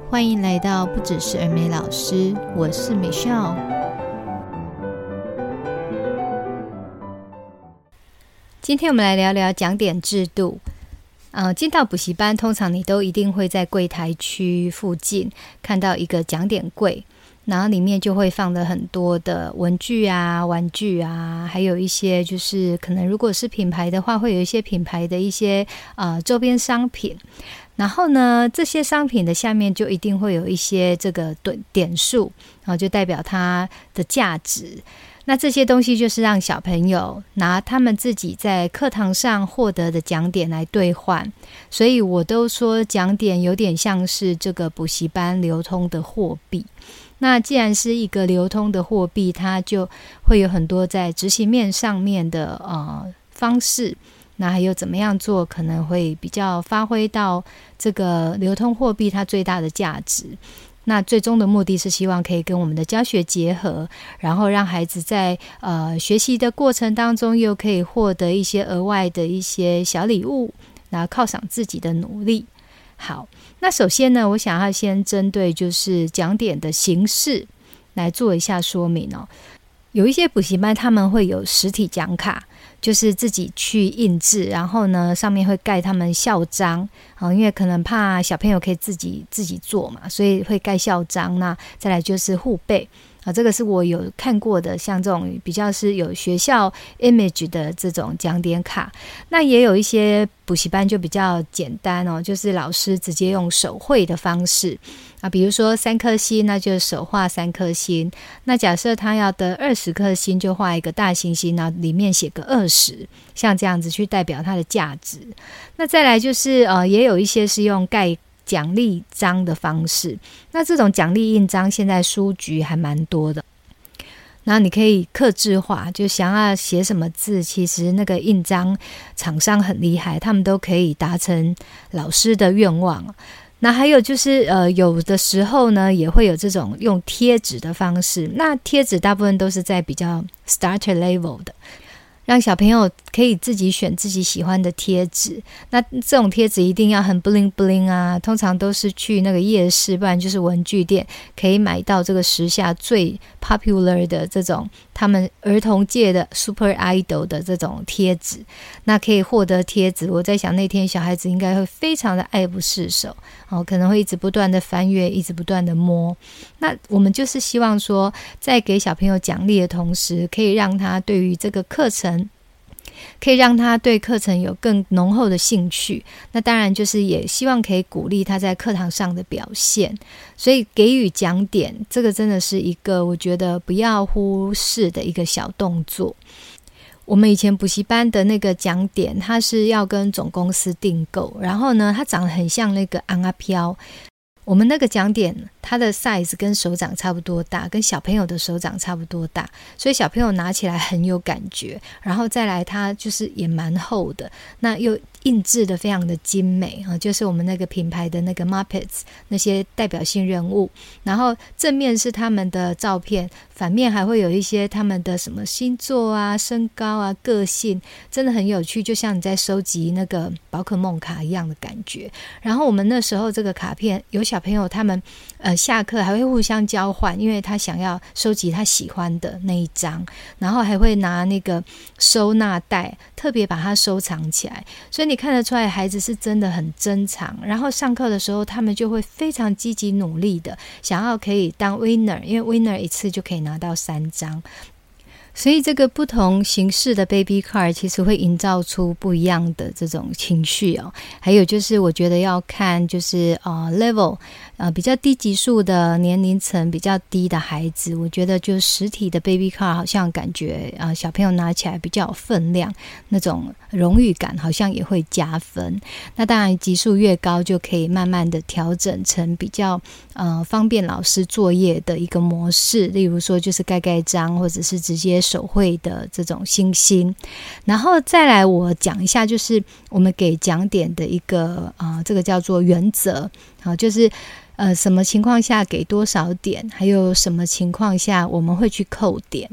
欢迎来到不只是儿美老师，我是 Michelle。今天我们来聊聊讲点制度。进到补习班，通常你都一定会在柜台区附近看到一个讲点柜，然后里面就会放了很多的文具啊、玩具啊，还有一些就是可能如果是品牌的话，会有一些品牌的一些周边商品。然后呢，这些商品的下面就一定会有一些这个点数，然后就代表它的价值。那这些东西就是让小朋友拿他们自己在课堂上获得的奖点来兑换，所以我都说奖点有点像是这个补习班流通的货币。那既然是一个流通的货币，它就会有很多在执行面上面的方式，那还有怎么样做可能会比较发挥到这个流通货币它最大的价值。那最终的目的是希望可以跟我们的教学结合，然后让孩子在学习的过程当中又可以获得一些额外的一些小礼物，然后犒赏自己的努力。好，那首先呢，我想要先针对就是讲点的形式来做一下说明哦。有一些补习班他们会有实体讲卡，就是自己去印制，然后呢上面会盖他们校章，因为可能怕小朋友可以自己做嘛，所以会盖校章。那再来就是护背，这个是我有看过的，像这种比较是有学校 image 的这种讲点卡。那也有一些补习班就比较简单哦，就是老师直接用手绘的方式比如说3颗星，那就手画3颗星。那假设他要得20颗星，就画一个大星星，然后里面写个20，像这样子去代表它的价值。那再来就是也有一些是用盖奖励章的方式，那这种奖励印章现在书局还蛮多的，然后你可以客制化，就想要写什么字，其实那个印章厂商很厉害，他们都可以达成老师的愿望。那还有就是有的时候呢也会有这种用贴纸的方式，那贴纸大部分都是在比较 starter level 的，让小朋友可以自己选自己喜欢的贴纸。那这种贴纸一定要很 bling bling 啊，通常都是去那个夜市，不然就是文具店可以买到这个时下最 popular 的这种他们儿童界的 super idol 的这种贴纸。那可以获得贴纸，我在想那天小孩子应该会非常的爱不释手可能会一直不断的翻阅，一直不断的摸。那我们就是希望说，在给小朋友奖励的同时，可以让他对于这个课程，可以让他对课程有更浓厚的兴趣。那当然就是也希望可以鼓励他在课堂上的表现。所以给予奖点，这个真的是一个我觉得不要忽视的一个小动作。我们以前补习班的那个奖点，它是要跟总公司订购，然后呢它长得很像那个昂啊飘。我们那个奖点它的 size 跟手掌差不多大，跟小朋友的手掌差不多大，所以小朋友拿起来很有感觉。然后再来它就是也蛮厚的，那又印制的非常的精美就是我们那个品牌的那个 Muppets 那些代表性人物，然后正面是他们的照片，反面还会有一些他们的什么星座啊、身高啊、个性，真的很有趣，就像你在收集那个宝可梦卡一样的感觉。然后我们那时候这个卡片有小朋友他们下课还会互相交换，因为他想要收集他喜欢的那一张，然后还会拿那个收纳袋特别把它收藏起来，所以你看得出来孩子是真的很珍藏。然后上课的时候他们就会非常积极努力的想要可以当 winner， 因为 winner 一次就可以拿到3张。所以这个不同形式的 baby card 其实会营造出不一样的这种情绪还有就是我觉得要看就是level比较低级数的年龄层比较低的孩子，我觉得就实体的 baby card 好像感觉小朋友拿起来比较有分量，那种荣誉感好像也会加分。那当然级数越高就可以慢慢的调整成比较方便老师作业的一个模式，例如说就是盖盖章，或者是直接手绘的这种星星。然后再来我讲一下就是我们给奖点的一个这个叫做原则就是什么情况下给多少点，还有什么情况下我们会去扣点。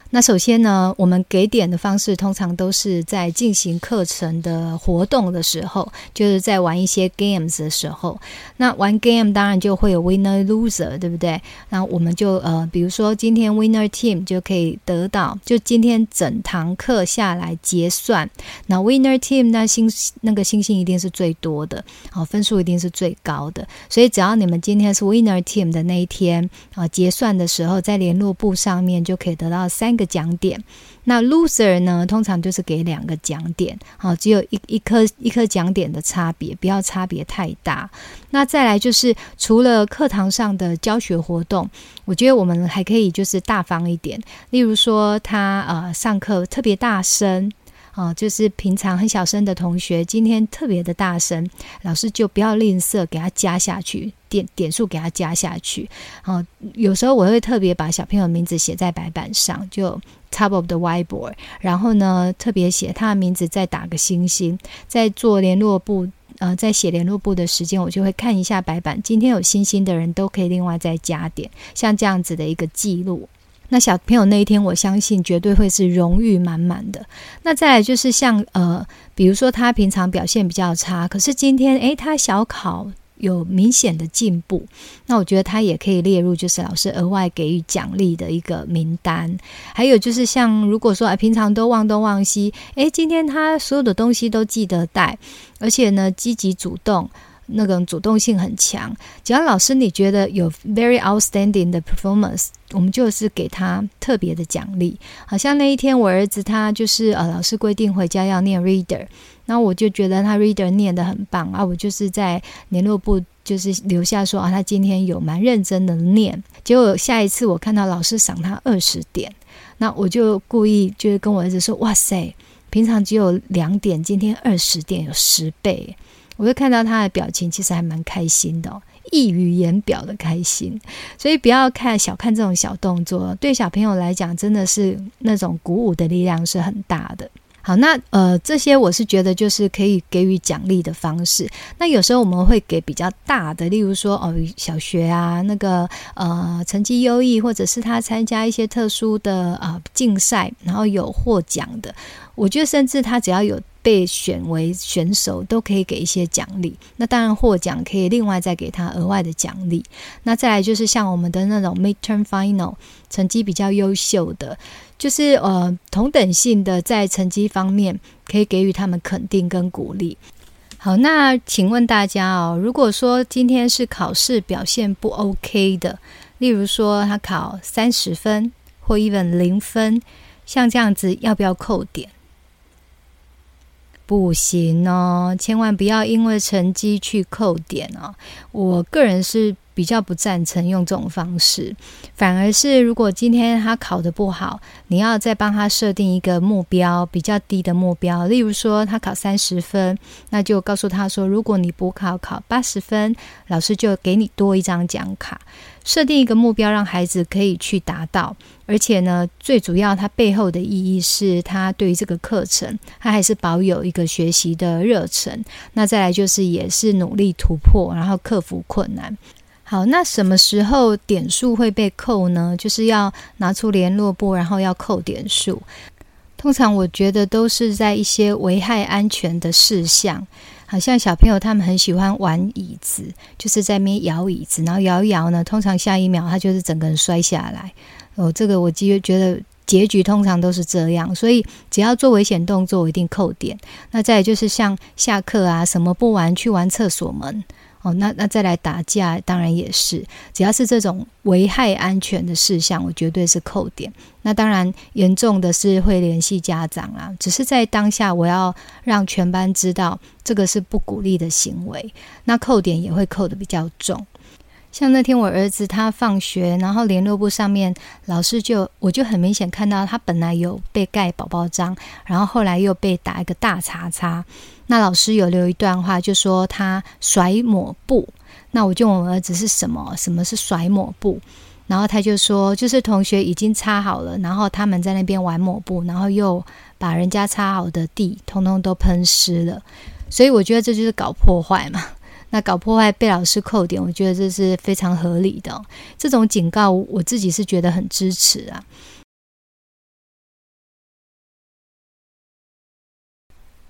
那首先呢，我们给点的方式通常都是在进行课程的活动的时候，就是在玩一些 games 的时候。那玩 game 当然就会有 winner loser， 对不对？那我们就比如说今天 winner team 就可以得到，就今天整堂课下来结算，那 winner team 那个星星一定是最多的，分数一定是最高的。所以只要你们今天是 winner team 的那一天结算的时候，在联络簿上面就可以得到3个奖点。那 loser 呢，通常就是给2个奖点，只有一颗奖点的差别，不要差别太大。那再来就是除了课堂上的教学活动，我觉得我们还可以就是大方一点，例如说他上课特别大声，就是平常很小声的同学今天特别的大声，老师就不要吝啬给他加下去，点数给他加下去。有时候我会特别把小朋友的名字写在白板上，就 top of the whiteboard， 然后呢特别写他的名字，再打个星星。在做联络簿在写联络簿的时间，我就会看一下白板，今天有星星的人都可以另外再加点，像这样子的一个记录。那小朋友那一天我相信绝对会是荣誉满满的。那再来就是像比如说他平常表现比较差，可是今天他小考有明显的进步，那我觉得他也可以列入就是老师额外给予奖励的一个名单。还有就是像如果说平常都忘东忘西，今天他所有的东西都记得带，而且呢积极主动，那个主动性很强，只要老师你觉得有 very outstanding 的 performance， 我们就是给他特别的奖励。好像那一天我儿子他就是老师规定回家要念 reader， 那我就觉得他 reader 念得很棒我就是在联络簿就是留下说他今天有蛮认真的念。结果下一次我看到老师赏他20点，那我就故意就是跟我儿子说，哇塞，平常只有2点，今天20点，有10倍。我就看到他的表情其实还蛮开心的溢于言表的开心。所以不要小看这种小动作，对小朋友来讲真的是那种鼓舞的力量是很大的。好，那这些我是觉得就是可以给予奖励的方式。那有时候我们会给比较大的，例如说小学那个成绩优异，或者是他参加一些特殊的竞赛，然后有获奖的，我觉得甚至他只要有被选为选手都可以给一些奖励。那当然获奖可以另外再给他额外的奖励。那再来就是像我们的那种 midterm final 成绩比较优秀的，就是同等性的在成绩方面可以给予他们肯定跟鼓励。好，那请问大家如果说今天是考试表现不 OK 的，例如说他考30分或 even 0分，像这样子要不要扣点？不行千万不要因为成绩去扣点我个人是比较不赞成用这种方式，反而是如果今天他考得不好，你要再帮他设定一个目标，比较低的目标。例如说他考30分，那就告诉他说，如果你补考80分，老师就给你多一张奖卡。设定一个目标让孩子可以去达到，而且呢最主要他背后的意义是他对于这个课程他还是保有一个学习的热忱。那再来就是也是努力突破，然后克服困难。好，那什么时候点数会被扣呢？就是要拿出联络簿，然后要扣点数。通常我觉得都是在一些危害安全的事项，好像小朋友他们很喜欢玩椅子，就是在那边摇椅子，然后摇一摇呢，通常下一秒他就是整个人摔下来。这个我觉得结局通常都是这样，所以只要做危险动作我一定扣点。那再来就是像下课什么不玩，去玩厕所门那再来打架，当然也是，只要是这种危害安全的事项我绝对是扣点。那当然严重的是会联系家长只是在当下我要让全班知道这个是不鼓励的行为，那扣点也会扣得比较重。像那天我儿子他放学，然后联络簿上面老师我就很明显看到他本来有被盖宝宝章，然后后来又被打一个大叉叉。那老师有留一段话，就说他甩抹布。那我就问我儿子是什么是甩抹布，然后他就说就是同学已经擦好了，然后他们在那边玩抹布，然后又把人家擦好的地通通都喷湿了。所以我觉得这就是搞破坏嘛。那搞破坏被老师扣点，我觉得这是非常合理的这种警告我自己是觉得很支持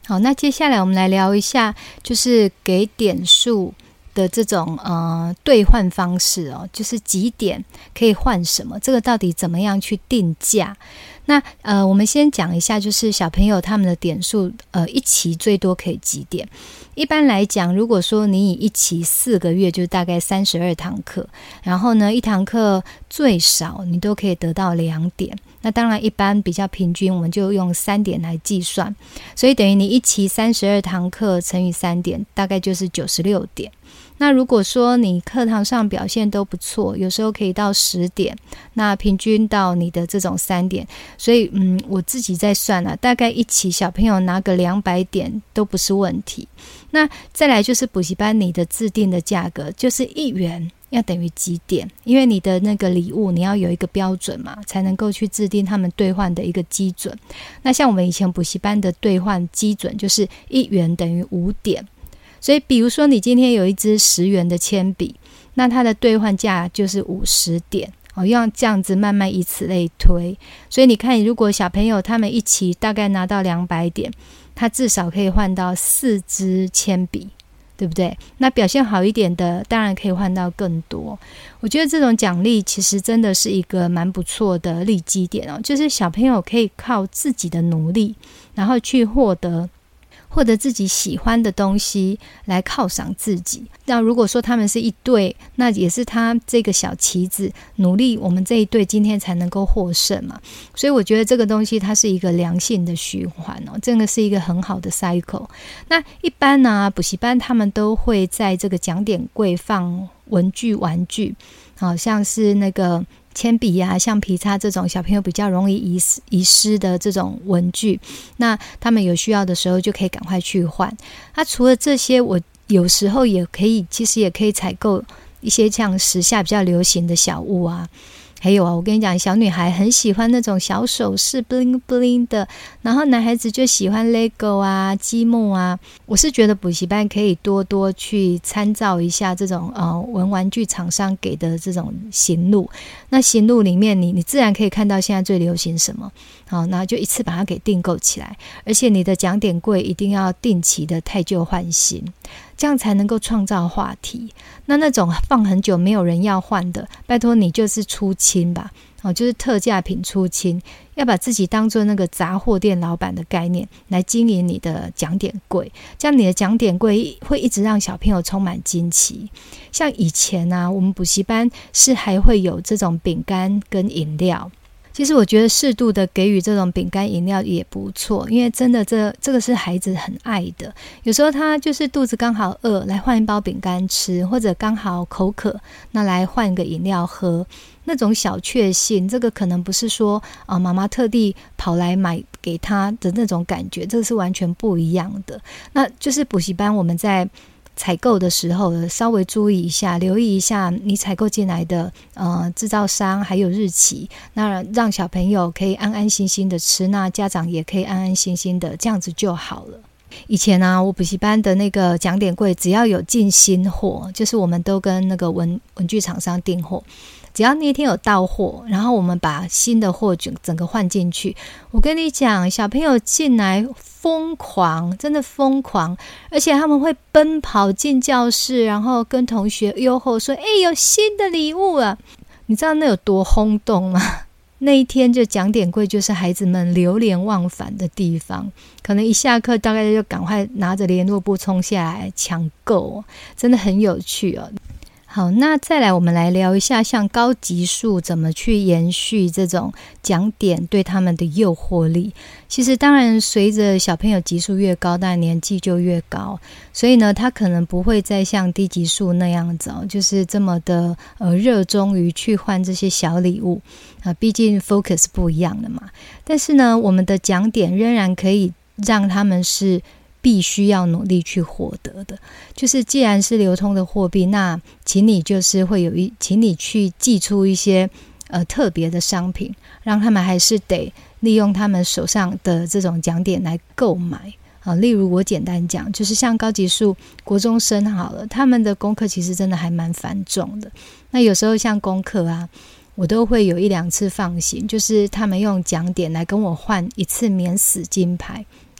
好，那接下来我们来聊一下，就是给点数的这种兑换方式哦，就是几点可以换什么，这个到底怎么样去定价？那我们先讲一下，就是小朋友他们的点数，一期最多可以几点？一般来讲，如果说你以一期4个月，就是大概32堂课，然后呢，一堂课最少你都可以得到2点。那当然，一般比较平均，我们就用3点来计算，所以等于你一期32堂课乘以3点，大概就是96点。那如果说你课堂上表现都不错，有时候可以到10点，那平均到你的这种3点，所以我自己在算啊，大概一期小朋友拿个200点都不是问题。那再来就是补习班你的制定的价格，就是1元要等于几点，因为你的那个礼物你要有一个标准嘛，才能够去制定他们兑换的一个基准。那像我们以前补习班的兑换基准就是1元等于5点，所以比如说你今天有一支10元的铅笔，那它的兑换价就是50点，用这样子慢慢以此类推。所以你看，如果小朋友他们一起大概拿到200点，他至少可以换到4支铅笔，对不对？那表现好一点的当然可以换到更多。我觉得这种奖励其实真的是一个蛮不错的利基点哦，就是小朋友可以靠自己的努力，然后去获得自己喜欢的东西来犒赏自己。那如果说他们是一队，那也是他这个小棋子努力，我们这一队今天才能够获胜嘛。所以我觉得这个东西它是一个良性的循环哦，这个是一个很好的 cycle。那一般呢，补习班他们都会在这个奖点柜放文具玩具，好像是那个铅笔啊、橡皮擦这种小朋友比较容易遗失的这种文具，那他们有需要的时候就可以赶快去换。那除了这些，我有时候其实也可以采购一些像时下比较流行的小物啊。还有啊，我跟你讲，小女孩很喜欢那种小首饰 bling bling 的，然后男孩子就喜欢 Lego 啊、积木啊。我是觉得补习班可以多多去参照一下这种玩具厂商给的这种型录。那型录里面你自然可以看到现在最流行什么，好，那就一次把它给订购起来。而且你的奖点柜一定要定期的汰旧换新，这样才能够创造话题。那种放很久没有人要换的，拜托你就是出清吧，就是特价品出清，要把自己当作那个杂货店老板的概念来经营你的奖点柜，这样你的奖点柜会一直让小朋友充满惊奇。像以前啊，我们补习班是还会有这种饼干跟饮料。其实我觉得适度的给予这种饼干饮料也不错，因为真的这个是孩子很爱的。有时候他就是肚子刚好饿，来换一包饼干吃，或者刚好口渴，那来换一个饮料喝，那种小确幸，这个可能不是说妈妈特地跑来买给他的那种感觉，这个是完全不一样的。那就是补习班我们在采购的时候稍微注意一下，留意一下你采购进来的制造商还有日期，那让小朋友可以安安心心的吃，那家长也可以安安心心的，这样子就好了。以前啊，我补习班的那个奖点柜只要有进新货，就是我们都跟那个文具厂商订货，只要那天有到货，然后我们把新的货整个换进去，我跟你讲，小朋友进来疯狂，真的疯狂，而且他们会奔跑进教室，然后跟同学优吼说有新的礼物啊，你知道那有多轰动吗？那一天就奖点柜就是孩子们流连忘返的地方，可能一下课大概就赶快拿着联络簿冲下来抢购，真的很有趣哦。好，那再来我们来聊一下像高级数怎么去延续这种奖点对他们的诱惑力。其实当然随着小朋友级数越高，当然年纪就越高，所以呢他可能不会再像低级数那样子就是这么的热衷于去换这些小礼物毕竟 focus 不一样了嘛。但是呢我们的奖点仍然可以让他们是必须要努力去获得的，就是既然是流通的货币，那请你就是请你去寄出一些特别的商品，让他们还是得利用他们手上的这种奖点来购买例如我简单讲，就是像高级数国中生好了，他们的功课其实真的还蛮繁重的，那有时候像功课啊，我都会有1-2次放行，就是他们用奖点来跟我换一次免死金牌，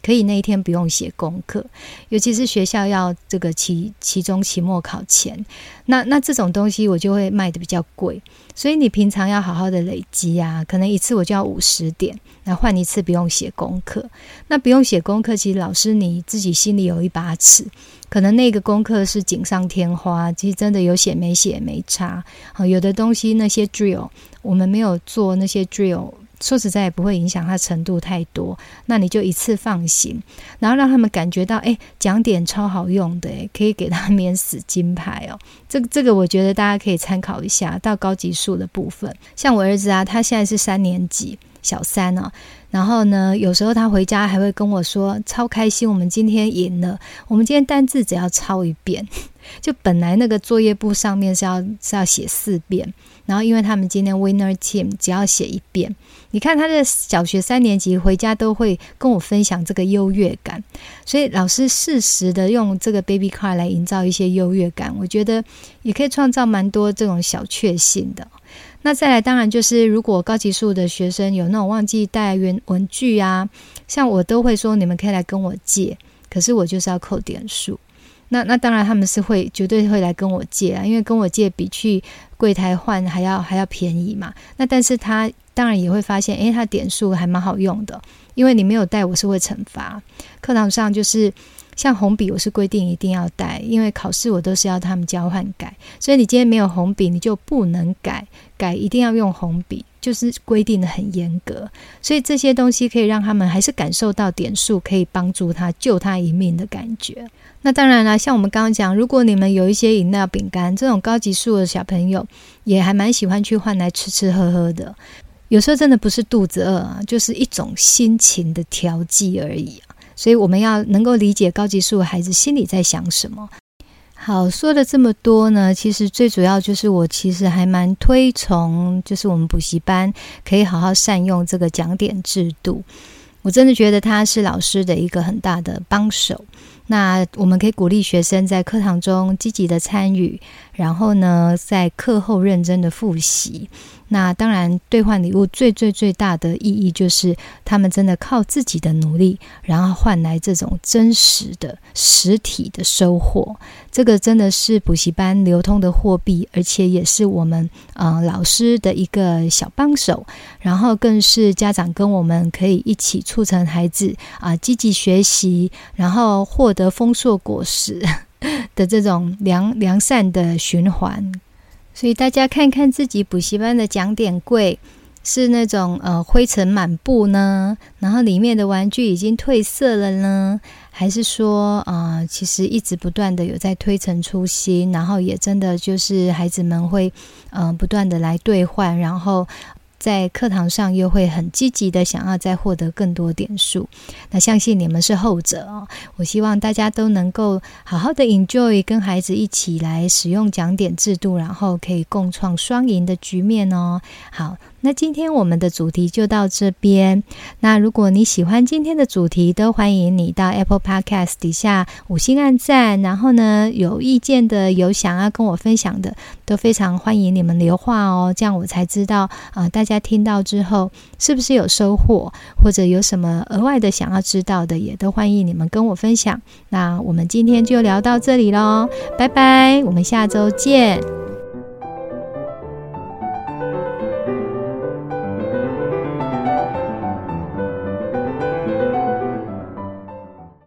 可以那一天不用写功课，尤其是学校要这个期中期末考前，那这种东西我就会卖的比较贵，所以你平常要好好的累积啊，可能一次我就要50点，那换一次不用写功课。那不用写功课，其实老师你自己心里有一把尺，可能那个功课是锦上添花，其实真的有写没写没差。有的东西那些 drill 我们没有做，那些 drill说实在也不会影响它程度太多，那你就一次放行，然后让他们感觉到讲点超好用的，可以给他免死金牌哦。这个我觉得大家可以参考一下。到高级数的部分，像我儿子啊，他现在是3年级小3哦，然后呢有时候他回家还会跟我说超开心，我们今天赢了，我们今天单字只要抄1遍，就本来那个作业簿上面是要写4遍，然后因为他们今天 winner team 只要写1遍。你看他的小学3年级回家都会跟我分享这个优越感，所以老师适时的用这个 baby card 来营造一些优越感，我觉得也可以创造蛮多这种小确幸的。那再来当然就是如果高级数的学生有那种忘记带文具啊，像我都会说你们可以来跟我借，可是我就是要扣点数。那当然他们是绝对会来跟我借啊，因为跟我借比去柜台换还要便宜嘛。那但是他当然也会发现他点数还蛮好用的，因为你没有带我是会惩罚。课堂上就是像红笔我是规定一定要带，因为考试我都是要他们交换改，所以你今天没有红笔你就不能改一定要用红笔，就是规定的很严格。所以这些东西可以让他们还是感受到点数可以帮助他救他一命的感觉。那当然啦，像我们刚刚讲，如果你们有一些饮料饼干，这种高级数的小朋友也还蛮喜欢去换来吃喝喝的，有时候真的不是肚子饿啊，就是一种心情的调剂而已啊。所以我们要能够理解高级数的孩子心里在想什么。好，说了这么多呢，其实最主要就是我其实还蛮推崇，就是我们补习班可以好好善用这个奖点制度。我真的觉得它是老师的一个很大的帮手。那我们可以鼓励学生在课堂中积极的参与，然后呢在课后认真的复习。那当然兑换礼物最大的意义就是他们真的靠自己的努力，然后换来这种真实的实体的收获。这个真的是补习班流通的货币，而且也是我们老师的一个小帮手，然后更是家长跟我们可以一起促成孩子积极学习，然后获得丰硕果实的这种良善的循环。所以大家看看自己补习班的奖点柜是那种灰尘满布呢，然后里面的玩具已经褪色了呢，还是说其实一直不断的有在推陈出新，然后也真的就是孩子们会不断的来兑换，然后在课堂上又会很积极的想要再获得更多点数。那相信你们是后者哦。我希望大家都能够好好的 enjoy 跟孩子一起来使用奖点制度，然后可以共创双赢的局面哦。好，那今天我们的主题就到这边。那如果你喜欢今天的主题，都欢迎你到 Apple Podcast 底下5星按赞，然后呢有意见的有想要跟我分享的，都非常欢迎你们留话哦，这样我才知道大家听到之后是不是有收获，或者有什么额外的想要知道的，也都欢迎你们跟我分享。那我们今天就聊到这里咯，拜拜，我们下周见。